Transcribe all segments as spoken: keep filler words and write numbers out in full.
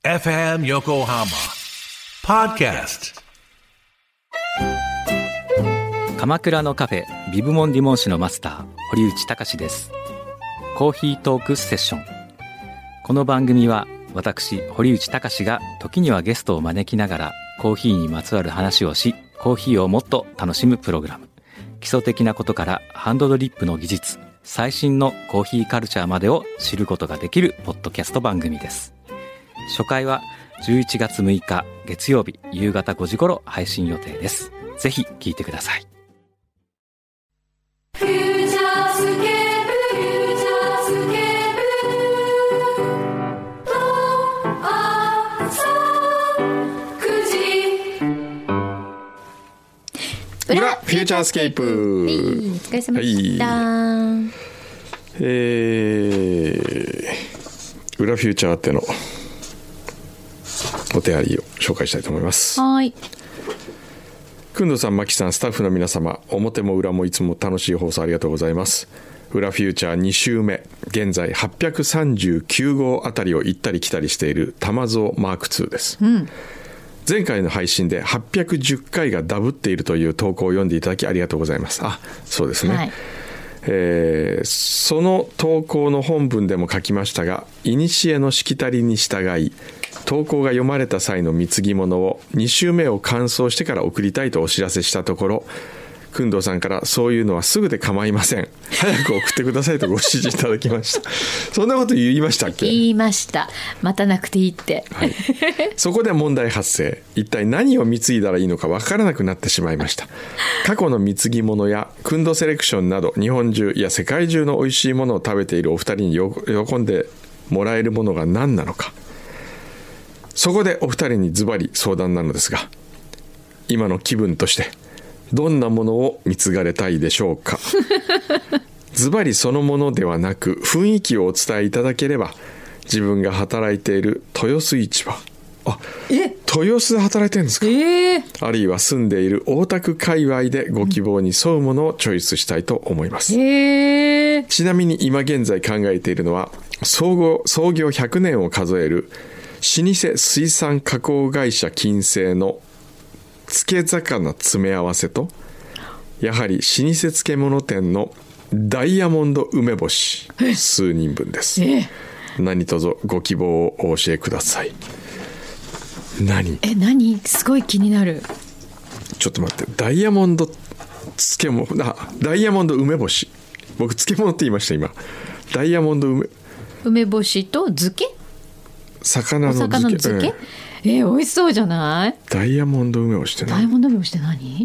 エフエム 横浜ポッドキャスト。 鎌倉のカフェビブモンディモン市のマスター堀内隆です。コーヒートークセッション。この番組は私堀内隆が時にはゲストを招きながらコーヒーにまつわる話をし、コーヒーをもっと楽しむプログラム。基礎的なことからハンドドリップの技術、最新のコーヒーカルチャーまでを知ることができるポッドキャスト番組です。初回はじゅういちがつむいか月曜日夕方ごじ頃配信予定です。ぜひ聞いてください。 フューチャースケープ、フューチャースケープと朝くじ裏フューチャースケープ、 はい、お疲れ様でした、はい、 えー、裏フューチャーってのお手ありを紹介したいと思います。 はい。 くんどさん、まきさん、スタッフの皆様、表も裏もいつも楽しい放送ありがとうございます。裏フューチャーに週目、現在はっぴゃくさんじゅうきゅう号あたりを行ったり来たりしている玉蔵マークツーです、うん、前回の配信ではっぴゃくじゅっかいがダブっているという投稿を読んでいただきありがとうございます。あ、そうですね、はい。えー、その投稿の本文でも書きましたが、いにしえのしきたりに従い投稿が読まれた際の貢ぎ物をに週目を完走してから送りたいとお知らせしたところ、くんどうさんからそういうのはすぐで構いません、早く送ってくださいとご指示いただきましたそんなこと言いましたっけ？ 言いました。待たなくていいって、はい、 そこで問題発生。一体何を貢いだらいいのか分からなくなってしまいました。過去の貢ぎ物やくんどセレクションなど日本中いや世界中の美味しいものを食べているお二人によ喜んでもらえるものが何なのか。そこでお二人にズバリ相談なのですが、今の気分としてどんなものを貢がれたいでしょうか？ズバリそのものではなく雰囲気をお伝えいただければ、自分が働いている豊洲市場、あ、え豊洲で働いてるんですか、えー、あるいは住んでいる大田区界隈でご希望に沿うものをチョイスしたいと思います、えー、ちなみに今現在考えているのは創業、創業ひゃくねんを数える老舗水産加工会社金星の漬け魚詰め合わせと、やはり老舗漬物店のダイヤモンド梅干し数人分です。何卒ご希望をお教えください。何え何すごい気になる。 ちょっと待って、ダイヤモンド漬物、あ、ダイヤモンド梅干し、僕漬物って言いました今。ダイヤモンド 梅, 梅干しと漬け、 魚の漬け、 魚の漬け、ええー、美味しそうじゃない？ ダイヤモンド梅干しって何？ ダイヤモンド梅干しって何？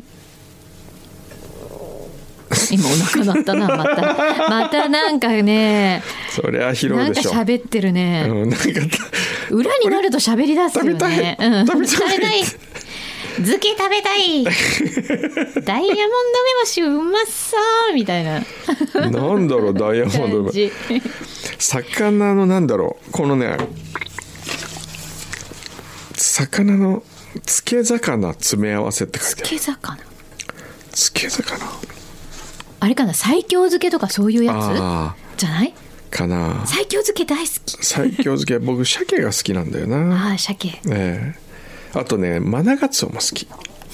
今お腹鳴ったなまたまたなんかね、 そりゃ拾うでしょ。 なんか喋ってるね、 うん、なんか裏になると喋り出すよね。 食べたい、 うん、 食べたい、 食べたい漬け食べたいダイヤモンド梅干しうまそうみたいななんだろう、ダイヤモンド梅干し魚のなんだろう、このね魚の漬け魚詰め合わせって書いてある。 漬け魚漬け魚あれかな、西京漬けとかそういうやつじゃないかな。 西京漬け大好き。 西京漬け僕鮭が好きなんだよな。 ああ鮭、 ええ、あとねマナガツオも好き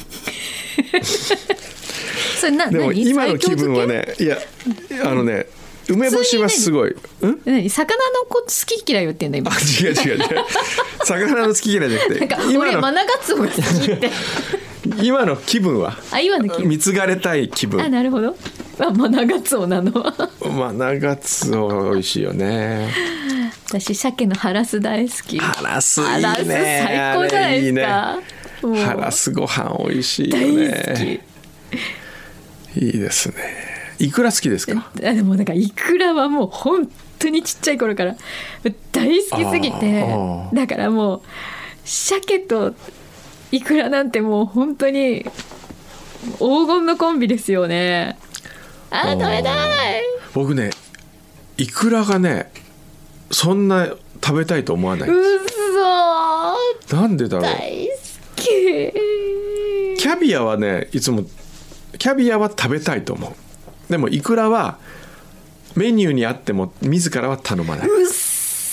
それなでも今の気分はね、いやあのね梅干しはすごい、 うん何魚の子好き嫌い言ってんだ今。 あ、違う違う違う魚の好き嫌いじゃなくて、 なんか俺マナガツオ好きって今の気分は、 あ、今の気分貢がれたい気分。 あ、なるほど。あ、マナガツオなのマナガツオ美味しいよね。 私鮭のハラス大好き。 ハラスいいね。 ハラス最高じゃないですか。 いいね、ハラスご飯美味しいよね。大好き。いいですね。いくら好きですか？ でもなんかいくらはもう本当にちっちゃい頃から大好きすぎて、だからもう鮭といくらなんてもう本当に黄金のコンビですよね。あー、食べたい。 僕ねいくらがねそんな食べたいと思わないんです。 うそー、 なんでだろう。 大好き。 キャビアはねいつもキャビアは食べたいと思う。でもイクラはメニューにあっても自らは頼まない。 うっそー、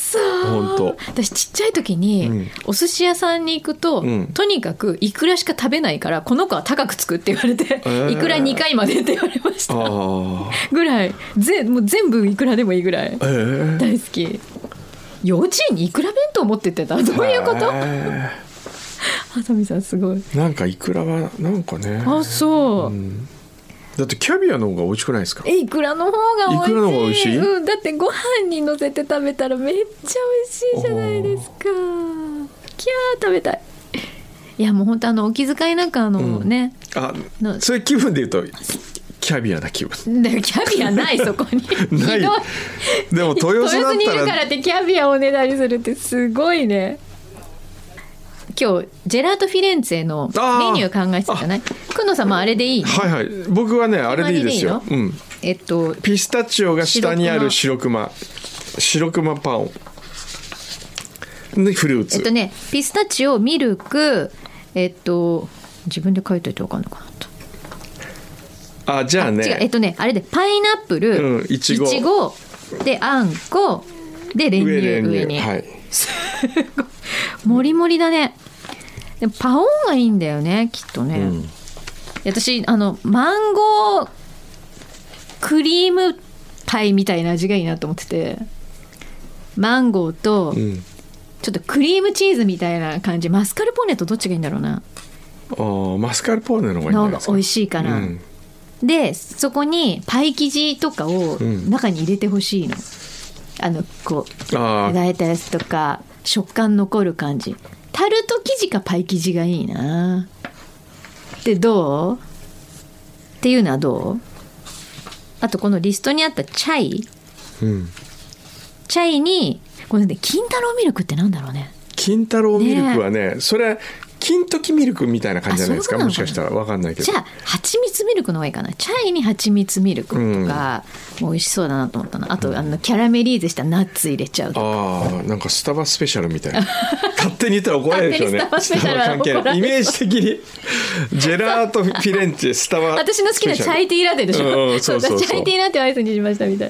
本当。 私ちっちゃい時に、うん、お寿司屋さんに行くと、うん、とにかくイクラしか食べないからこの子は高くつくって言われて、えー、イクラにかいまでって言われましたぐらいぜもう全部イクラでもいいぐらい大好き、えー、幼稚園にイクラ弁当持ってってたどういうこと、えー、あさみさんすごい。 なんかイクラはなんかね、 あそう、うん、 だってキャビアの方が美味しくないですか。 えイクラの方が美味しい。イクラの方が美味しい、うん、だってご飯に乗せて食べたらめっちゃ美味しいじゃないですか。キャー食べたい。いやもう本当あのお気遣いなんかあの、うん、ねあのそういう気分で言うとキャビアな気分でキャビアないそこにないでも豊洲だったら豊洲にいるからってキャビアをおねだりするってすごいね。今日ジェラートフィレンツェのメニュー考えてたじゃない。くのさんもあれでいいの。 はいはい、僕はねあれでいいですよ。うん、 えっとピスタチオが下にある白熊白熊パンでフルーツ、 えっとねピスタチオミルクえっと自分で書いといて分かんのかなと。 あじゃあねあ違うえっとねあれでパイナップル、うん、いちごであんこで練乳上に、上にはい、もりもりだね。でもパオンがいいんだよねきっとね、うん、私あのマンゴークリームパイみたいな味がいいなと思ってて、マンゴーとちょっとクリームチーズみたいな感じ。マスカルポーネとどっちがいいんだろうな。 あマスカルポーネの方がいいんじゃないですか。 美味しいかな、うん、でそこにパイ生地とかを中に入れてほしいの、うん、あのこう砕いたやつとか食感残る感じ。タルト生地かパイ生地がいいな。でどうっていうのはどう。あとこのリストにあったチャイ、うん、チャイにこれね金太郎ミルクってなんだろうね。 金太郎ミルクは ね, ねそれ金時ミルクみたいな感じじゃないですか。もしかしたら分かんないけど。 じゃあ蜂蜜ミルクの方がいいかな。チャイに蜂蜜ミルクとか、うん、もう美味しそうだなと思ったな。あと、うん、あのキャラメリーゼしたナッツ入れちゃうとか。 あなんかスタバスペシャルみたいな勝手に言ったら怒られるでしょうね。 スタバスペシャルは関係ないイメージ的にジェラートフィレンツェスタバ私の好きなチャイティーラテでしょ、うん、そうそうそうチャイティーラテをアイスにしましたみたいな。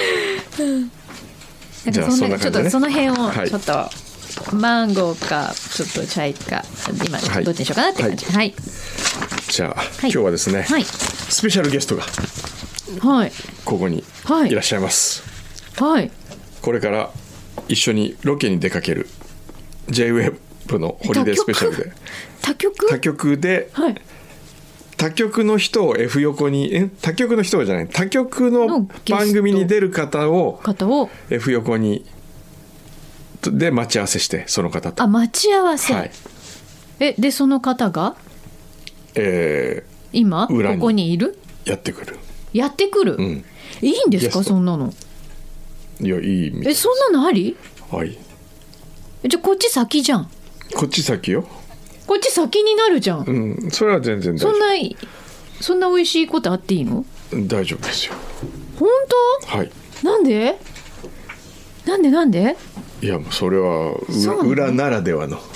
じゃあそんな感じでね、ちょっとその辺をちょっと、はい、マンゴーかちょっとチャイか今どっちにしようかなって感じ、はいはい、 じゃあ、はい、今日はですね、はい、スペシャルゲストがここにいらっしゃいます、 はい、 これから一緒にロケに出かける J ウェブのホリデースペシャルで他局他局で、はい、他局の人を F 横にえ他局の人じゃない他局の番組に出る方を F 横にで待ち合わせしてその方と。 あ待ち合わせ、はい、えでその方が、 えー、 今ここにいるやってくるやってくる、うん、いいんですかそんなの。 いやいいみたい。 えそんなのあり。 はいじゃあこっち先じゃん。 こっち先よ。 こっち先になるじゃん。 うんそれは全然大丈夫。 そんなそんな美味しいことあっていいの。 大丈夫ですよ。 本当。はいなんでなんでなんで。 いやもうそれは裏ならではの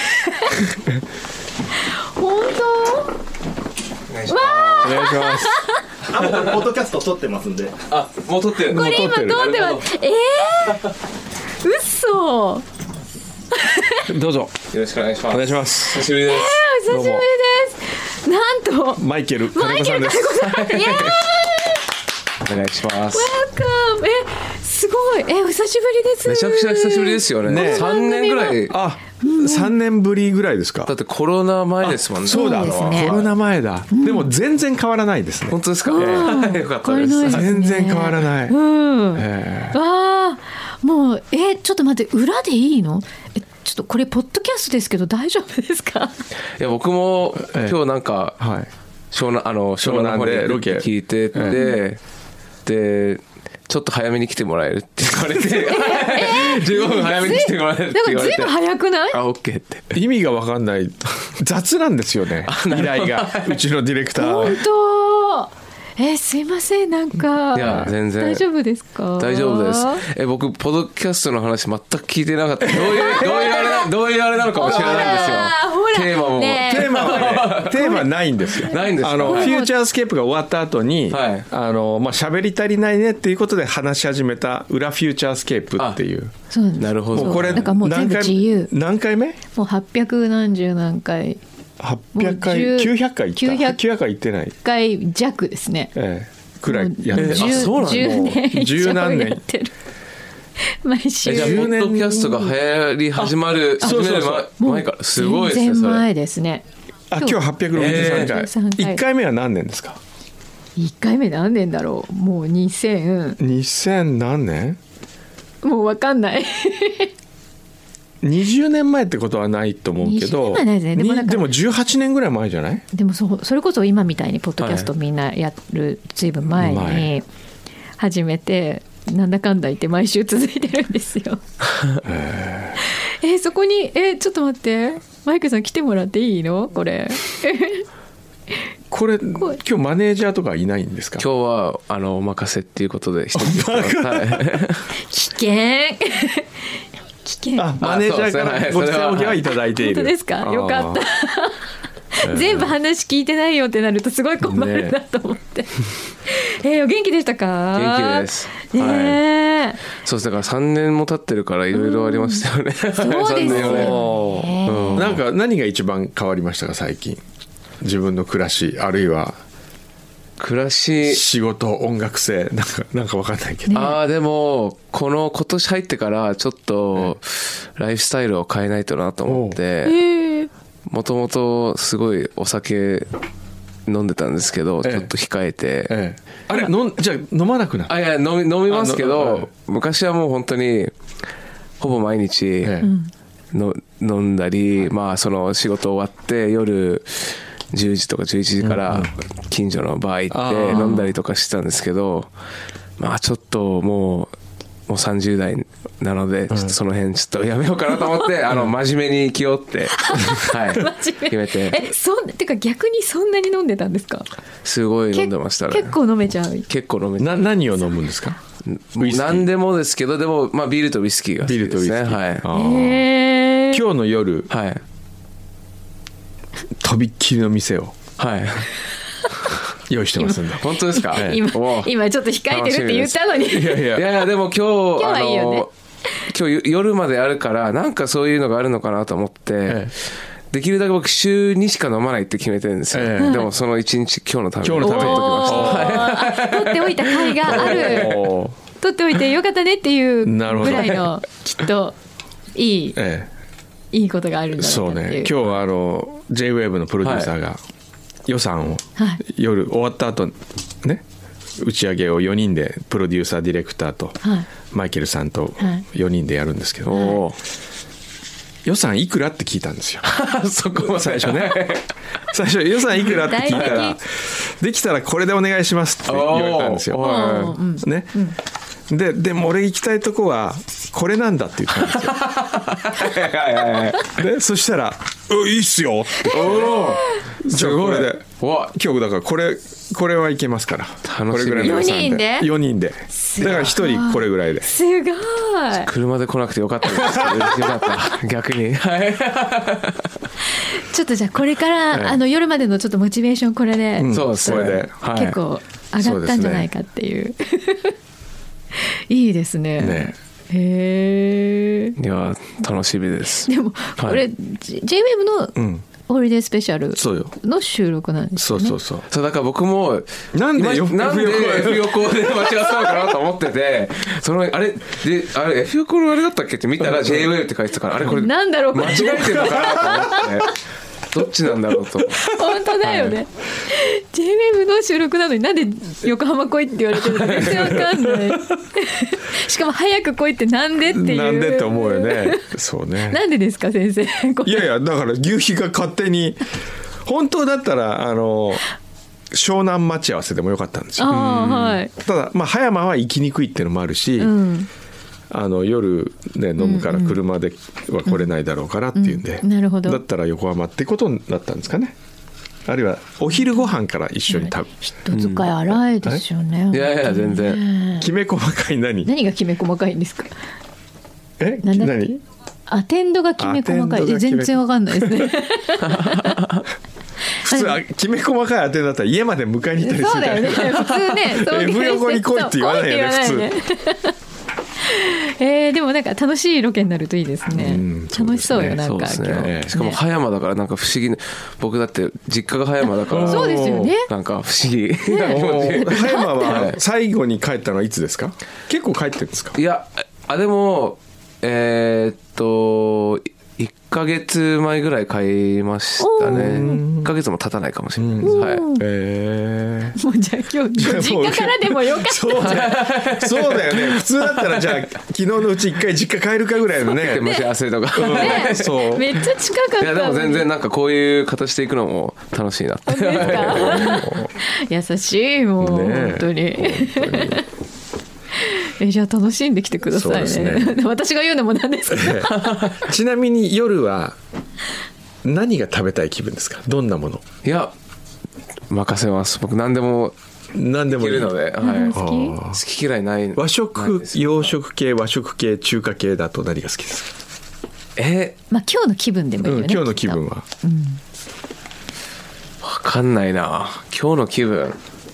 本当。 お願いしますお願いしますあもうこれポッドキャスト撮ってますんで。 あもう撮ってる。 これ今撮ってますえー、嘘どうぞよろしくお願いします。 お願いします。 久しぶりです。 えー、お久しぶりですなんとマイケル金子さんです。 イエーイお願いします。 えすごいえお久しぶりです。 めちゃくちゃ久しぶりですよ ね, ねさんねんぐらい。 あ、うん、さんねんぶりぐらいですか。 だってコロナ前ですもんね。 そうだ、ね、コロナ前だ、うん、でも全然変わらないですね。 本当ですか、えー、よかったです、 ね、 全然変わらない、 うんえー、あもうえちょっと待って裏でいいの。えちょっとこれポッドキャストですけど大丈夫ですか。 いや僕も今日なんか、えーはい、湘南あの湘南の方でロケ聞いてて、えー、でちょっと早めに来てもらえるって言われてじゅうごふん早めに来てもらえるって言われてでもずいぶん早くない。 あ OK って意味が分かんない雑なんですよね依頼がうちのディレクター本当えー、すいませんなんかいや全然大丈夫ですか？ 大丈夫です。え僕ポッドキャストの話全く聞いてなかった。どういうどういうあれなどういうあれなのかも知らないんですよ。テーマも、 ね、 テーマはねテーマないんですよ。 ないんですか？ あの、 はい、 フューチャースケープが終わった後に、はい、あのまあ喋り足りないねっていうことで話し始めた裏フューチャースケープっていう。 そうなるほど。 もうこれだからもう全部自由。 何回目？ もうはっぴゃく何十何回。 はっぴゃくかいきゅうひゃっかい行った。きゅうひゃっかい行ってない。 回弱ですね。 ええ。くらいやってる。 あ、そうなんだ。 じゅうねん以上やってる。毎週。 じゃあポッドキャストが流行り始まる始める前からすごいですね。 全然前ですね。 あ、今日はっぴゃくろくじゅうさんかい。いっかいめは何年ですか？ いっかいめ何年だろう。もうにせん。 にせん何年？ もう分かんない。 にじゅうねんまえってことはないと思うけど、 ないですね。でもなんかでもじゅうはちねんぐらい前じゃない？でもそ, それこそ今みたいにポッドキャストみんなやるずいぶん前に始めて、なんだかんだ言って毎週続いてるんですよ。えー、そこにえちょっと待ってマイクさん来てもらっていいのこれ。 これ今日マネージャーとかいないんですか？ 今日はあのお任せっていうことで一つ、はい、 危険危険。 あマネージャーからご出演オーケーはいただいている。 本当ですか？よかった。全部話聞いてないよってなるとすごい困るなと思って、ね、えー、お元気でしたか？ 元気です、ね、はい、そうです。だからさんねんも経ってるからいろいろありましたよね、うん、 そうですよね、 うん、なんか何が一番変わりましたか最近？自分の暮らしあるいは暮らし仕事音楽性なんかなんか分かんないけど、 ね、ああでもこの今年入ってからちょっとライフスタイルを変えないとなと思ってもともとすごいお酒飲んでたんですけど、ええ、ちょっと控えて、ええ、 あれ飲んじゃあ飲まなくなった？ あいや飲み、飲みますけど昔はもう本当にほぼ毎日、ええ、の飲んだり、まあその仕事終わって夜じゅうじとかじゅういちじから近所のバー行って飲んだりとかしてたんですけど、まあちょっともうもうさんじゅう代なのでちょっとその辺ちょっとやめようかなと思ってあの真面目に生きようってはい決めて。えそんてか逆にそんなに飲んでたんですか？ すごい飲んでましたね。 結構飲めちゃう？ 結構飲めちゃう。 な何を飲むんですか？ 何でもですけどでもまあビールとウイスキーが好きですね。ビールとウイスキー、はい、 へ今日の夜、 はい、 とびっきりの店をはい用意してますんで。 本当ですか？ 今, 今ちょっと控えてるって言ったのに。 いやいやいやいやでも今日今日はいいよね。 あの今日夜まであるからなんかそういうのがあるのかなと思って、ええ、できるだけ僕週にしか飲まないって決めてるんですよ、ええ、でもそのいちにち今日のために今日のために取ってきました。取っておいた甲斐がある。取っておいてよかったねっていうぐらいのきっといい、ええ、いいことがあるんだろうなっていう。 そうね。今日はあの ジェイウェーブ のプロデューサーが、はい、予算を、はい、夜終わった後ね打ち上げをよにんでプロデューサーディレクターと、はい、マイケルさんとよにんでやるんですけど、はい、予算いくらって聞いたんですよ。 そこも最初ね最初予算いくらって聞いたらできたらこれでお願いしますって言われたんですよ、ね、うん、で, でも俺行きたいとこはこれなんだって言ったんですよ。はいはいはい、でそしたらいいっすよってじゃあこれで今日だからこれこれはいけますからこれぐらいの予算でよにんでだからひとりこれぐらいですごい車で来なくてよかったですけどよかった逆にちょっとじゃあこれから、はい、あの夜までのちょっとモチベーションこれで、 うん、そうですこれで、 はい、結構上がったんじゃないかっていういいですね。ねへいや楽しみです。 でもこれ、はい、ジェイウェーブ の、うんホリデースペシャルの収録なんですね。 そうそうそう。 そうだから僕もなんで F なんで F 横で間違ったのかなと思ってて、そのあれであれ F 横のあれだったっけって見たら ジェイウェーブ って書いてたからあれこれなんだろう間違えてるのかなと思って。どっちなんだろうと。 本当だよね、はい、ジェイウェーブ の収録なのになんで横浜来いって言われてるのか全然わかんないしかも早く来いってなんでっていうなんでって思うよね。そうね。 なんでですか先生。 いやいやだから牛皮が勝手に本当だったらあの湘南待ち合わせでもよかったんですよ。 あ、はい、 ただまあ葉山は行きにくいっていうのもあるし、うん、あの夜、ね、飲むから車では来れないだろうからっていうんで、 うんうん、なるほど。 だったら横浜ってことになったんですかね。 あるいはお昼ご飯から一緒に食べ人使い荒いですよね、 いやいや全然きめ細かい何何がきめ細かいんですか？ えなんだっけ何アテンドがきめ細かい。 アテンドがきめ全然わかんないですね普通あきめ細かいアテンドだったら家まで迎えに行ったりするそうだよね普通ねそういう F 横に来いって言わないよね来いって言わないねえー、でもなんか楽しいロケになるといいですね、 うん、 楽しそうよなんかそうですね、 今日ええしかも葉山だからなんか不思議な、僕だって実家が葉山だからそうですよねなんか不思議な気持ち葉山ははい最後に帰ったのはいつですか？結構帰ってるんですか？ いやあでもえー、っといっかげつまえぐらい買いましたね。いっかげつも経たないかもしれないです、はいえー、 もうじゃあ今日実家からでもよかったそうだよそうだよね普通だったらじゃあ昨日のうち一回実家帰るかぐらいのねもし忘れとか、 ねそうめっちゃ近かった。 いやでも全然なんかこういう形でいくのも楽しいなって。 本当ですか優しいもう、 ね本当にえじゃあ楽しんできてください ね, そうですね私が言うのもなんですけどちなみに夜は何が食べたい気分ですか？どんなもの？ いや任せます。僕何でもい何でもいいけるので、はい、 好き好き嫌いない。 和食ないです洋食系和食系中華系だと何が好きですか？ えまあ今日の気分でもいいよね、 うん、今日の気分はわかんないな今日の気分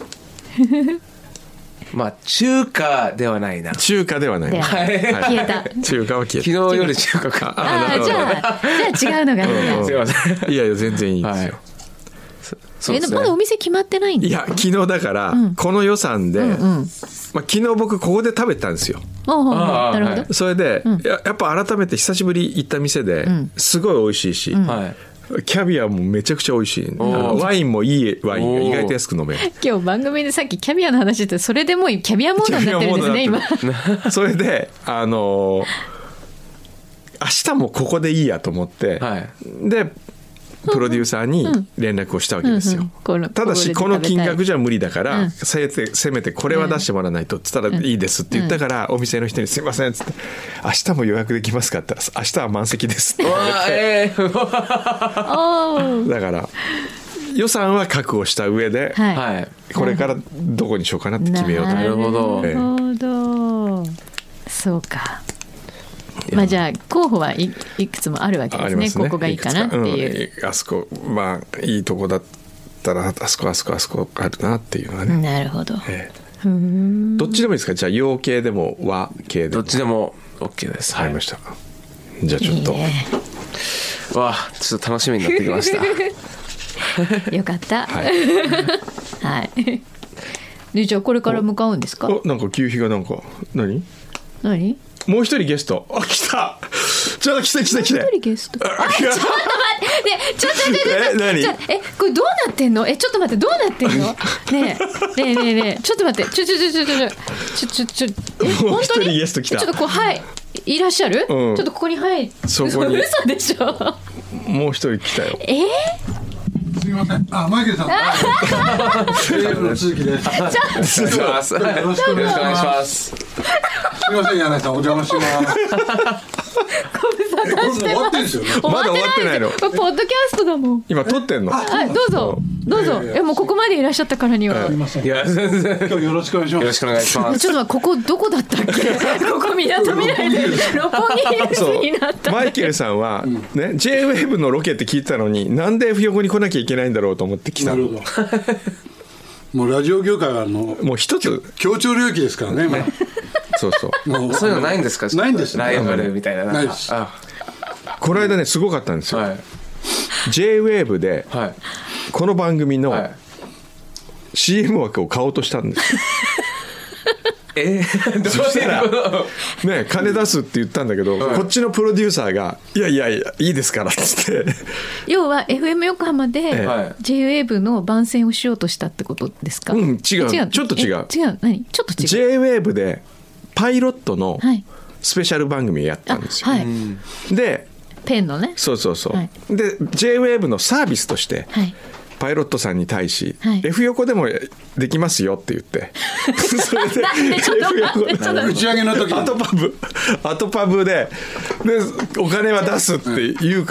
まあ中華ではないな。 中華ではない、 ではい消えた中華は消え昨日夜中華か。 ああじゃあじゃあ違うのがいいや、 うんすいません。 たいやいや全然いいですよ、 はい。そうえですね。 まだお店決まってないんですか？ いや昨日だから、この予算で、 うんうんまあ、昨日僕ここで食べたんですよ。 おうおうおうああなるほど、 はいそれで、や, やっぱ改めて久しぶり行った店で、すごい美味しいし、 はい。 キャビアもめちゃくちゃ美味しい、あのワインもいいワインが意外と安く飲める。 今日番組でさっきキャビアの話ってそれでもうキャビアモードになってるんですね今それであのー明日もここでいいやと思って、 はいでプロデューサーに連絡をしたわけですよ、 うんうんこのただしこの金額じゃ無理だから、 うんせめてせめてこれは出してもらわないとっつったらいいですって言ったから、お店の人にすいませんっつって明日も予約できますかって言ったら明日は満席ですって言われわあてえーおーだから予算は確保した上で、 はい、 はい。 これからどこにしようかなって決めようとなるほどええなるほどそうかまあじゃあ候補はい、いくつもあるわけですね。ここがいいかなっていう、 うん、あそこまあいいとこだったらあそこあそこあそこあるなっていうのはね、 なるほど、 ええ、どっちでもいいですか？じゃあ洋系でも和系でもどっちでも OK です。 入りました、じゃあちょっといいねわあちょっと楽しみになってきました。 よかったはいはいでじゃあこれから向かうんですか？ おなんか給費がなんか何何もう一人ゲストあ来たちょっと来て来て来て一人ゲストあちょっと待ってねちょっと待ってえ何ちょえこれどうなってんの？えちょっと待ってどうなってんの？ねえねえねえねえちょっと待ってちょちょちょちょちょちょちょちょえもう本当に一人ゲスト来たちょっとこうはいいらっしゃる？ うんちょっとここにはいそこに嘘でしょ？ もう一人来たよえーすみません。あ、マイケルさん。エーブの続きです。 お願いします。よろしくお願いします。 すみません、柳井さん、お邪魔します。これもう終わってんですよね。 まだ終わってないのこれポッドキャストだもん。 今撮ってんのはいどうぞどうぞいやいやえもうここまでいらっしゃったからには。 すみません。 いや全然今日よろしくお願いします。 よろしくお願いします。 ちょっと待ってここどこだったっけ？ここ港未来で六本木ヒルズそうになった。 マイケルさんは、ね、ジェイウェーブ のロケって聞いてたのになんで F 横に来なきゃいけないんだろうと思って来たの。 なるほど。もうラジオ業界はあのもう一つ協調領域ですからね。今そうそうもうそういうのないんですか？ ないんですライバルみたいな。 ないですあこの間ねすごかったんですよ、 はいジェイウェーブ ではいこの番組のはい。 シーエム 枠を買おうとしたんですよえー、どうそしたらいうことね金出すって言ったんだけど、 はいこっちのプロデューサーがいやいやいやいいですからっつって要は エフエム 横浜ではいジェイウェーブ の番宣をしようとしたってことですか？ うん違うちょっと違うえ違う何ちょっと違うジェイウェーブ でパイロットのはいスペシャル番組をやったんですよ、 はいでペンのねそうそうそう、 はいで ジェイウェーブ のサービスとして、 はいパイロットさんに対し、 はい F 横でもできますよって言ってそれでなんでちょっと F 待って横ちょっと打ち上げの時にアトパブアトパブででお金は出すって言うから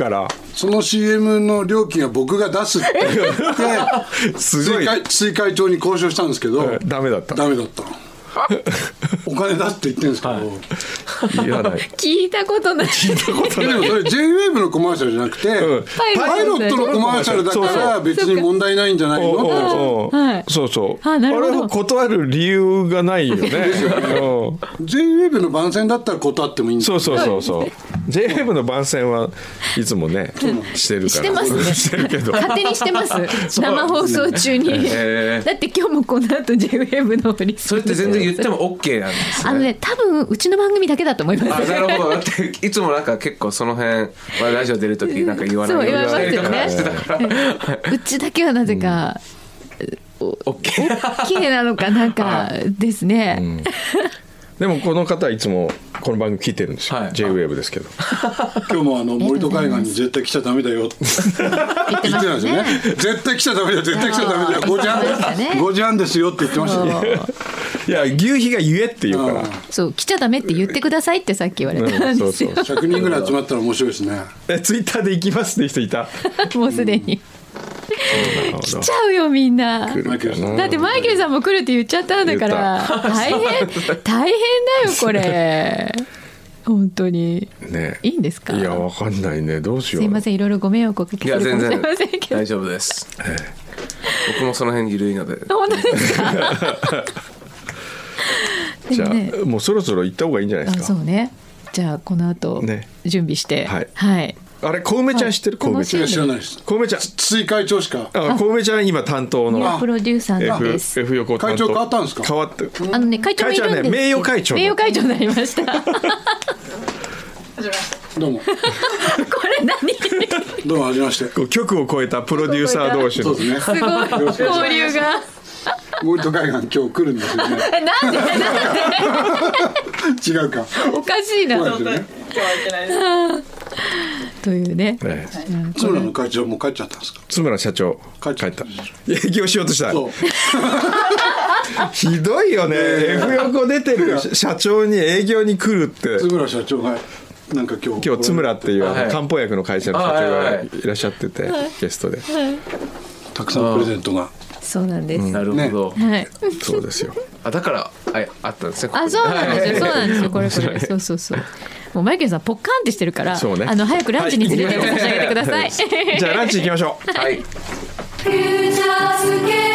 その シーエム の料金は僕が出すって言ってすごい水会水会長に交渉したんですけど、 ダメだったダメだったお金出すって言ってるんですけど、はい言わない。 聞いたことない。聞いたことない。でもそれ ジェイウェーブ のコマーシャルじゃなくて、うん、パイロットのコマーシャルだから別に問題ないんじゃないのって。 はい、 そうそう。 あ、なるほど。 あれも断る理由がないよね。 ジェイウェーブ の番宣だったら断ってもいいんですよ。 そうそうそうそう。ジェイウェーブ の番宣はいつもね、してるから。 してますね。 してるけど。 勝手にしてます。生放送中に。だって今日もこの後 ジェイウェーブ のリスそれって全然言っても OK なんですね。 あのね、多分うちの番組だけだと思います。 あ、なるほど。だっていつもなんか結構その辺ラジオ出るときなんか言わないようにしてたから。 うちだけはなぜか、 うん、OK OK なのかなんかですね。うん、 でもこの方はいつもこの番組聞いてるんですよ、はい、ジェイウェーブ ですけど今日もあの森戸海岸に絶対来ちゃダメだよって言ってたんですよね。絶対来ちゃダメだよ、絶対来ちゃダメだよ、ごじはんごじはんですよって言ってましたね。 いや、牛皮が言えって言うから、 そう来ちゃダメって言ってくださいってさっき言われたんですよ、うん、そうそうひゃくにんぐらい集まったら面白いですね。 えツイッターで行きますって人いたもうすでに、うん、来ちゃうよみんな。だってマイケルさんも来るって言っちゃったんだから大変大変だよこれ本当に、ね、いいんですか。 いやわかんないね、どうしよう。 すいません、いろいろご迷惑をおかけするかもしれませんけど大丈夫です、ええ、僕もその辺緩いので。 本当ですかじゃあ、ね、もうそろそろ行った方がいいんじゃないですか。 あ、そうね。じゃあこの後、ね、準備して、はい、はい、 あれ小梅ちゃん知ってる？小梅ちゃん知らないです。 小梅ちゃん追会長しか。 あ、小梅ちゃん今担当のプロデューサーです。 F, F 横担当。 会長変わったんですか？ 変わって。 あのね、会長もいるんです。 会長はね、名誉会長。 名誉会長になりました。 どうも。 これ何？ どうもはじめまして。 局を超えたプロデューサー同士の。 そうですね。 すごい交流が。 森戸海岸今日来るんですよね。 なんでなんで違うか。 おかしいな。 そうですね。 というね。 ね、津村の会長もう帰っちゃったんですか。津村社長帰っちゃった。 営業しようとした。ひどいよね。F 横出てる社長に営業に来るって。 津村社長がなんか今日今日津村っていうあの漢方薬の会社の社長がいらっしゃってて、ゲストでたくさんプレゼントが。 そうなんです、うん、 なるほど、 はい、 そうですよ。 あ、だからあ、あったんですね。 あ、そうなんですよ、そうなんですよ、これこれそうそうそう。もうマイケルさんポッカーンってしてるから、ね、あの早くランチに連れて差し上げてください。 じゃあランチ行きましょう。 はい。 フューチャースケープ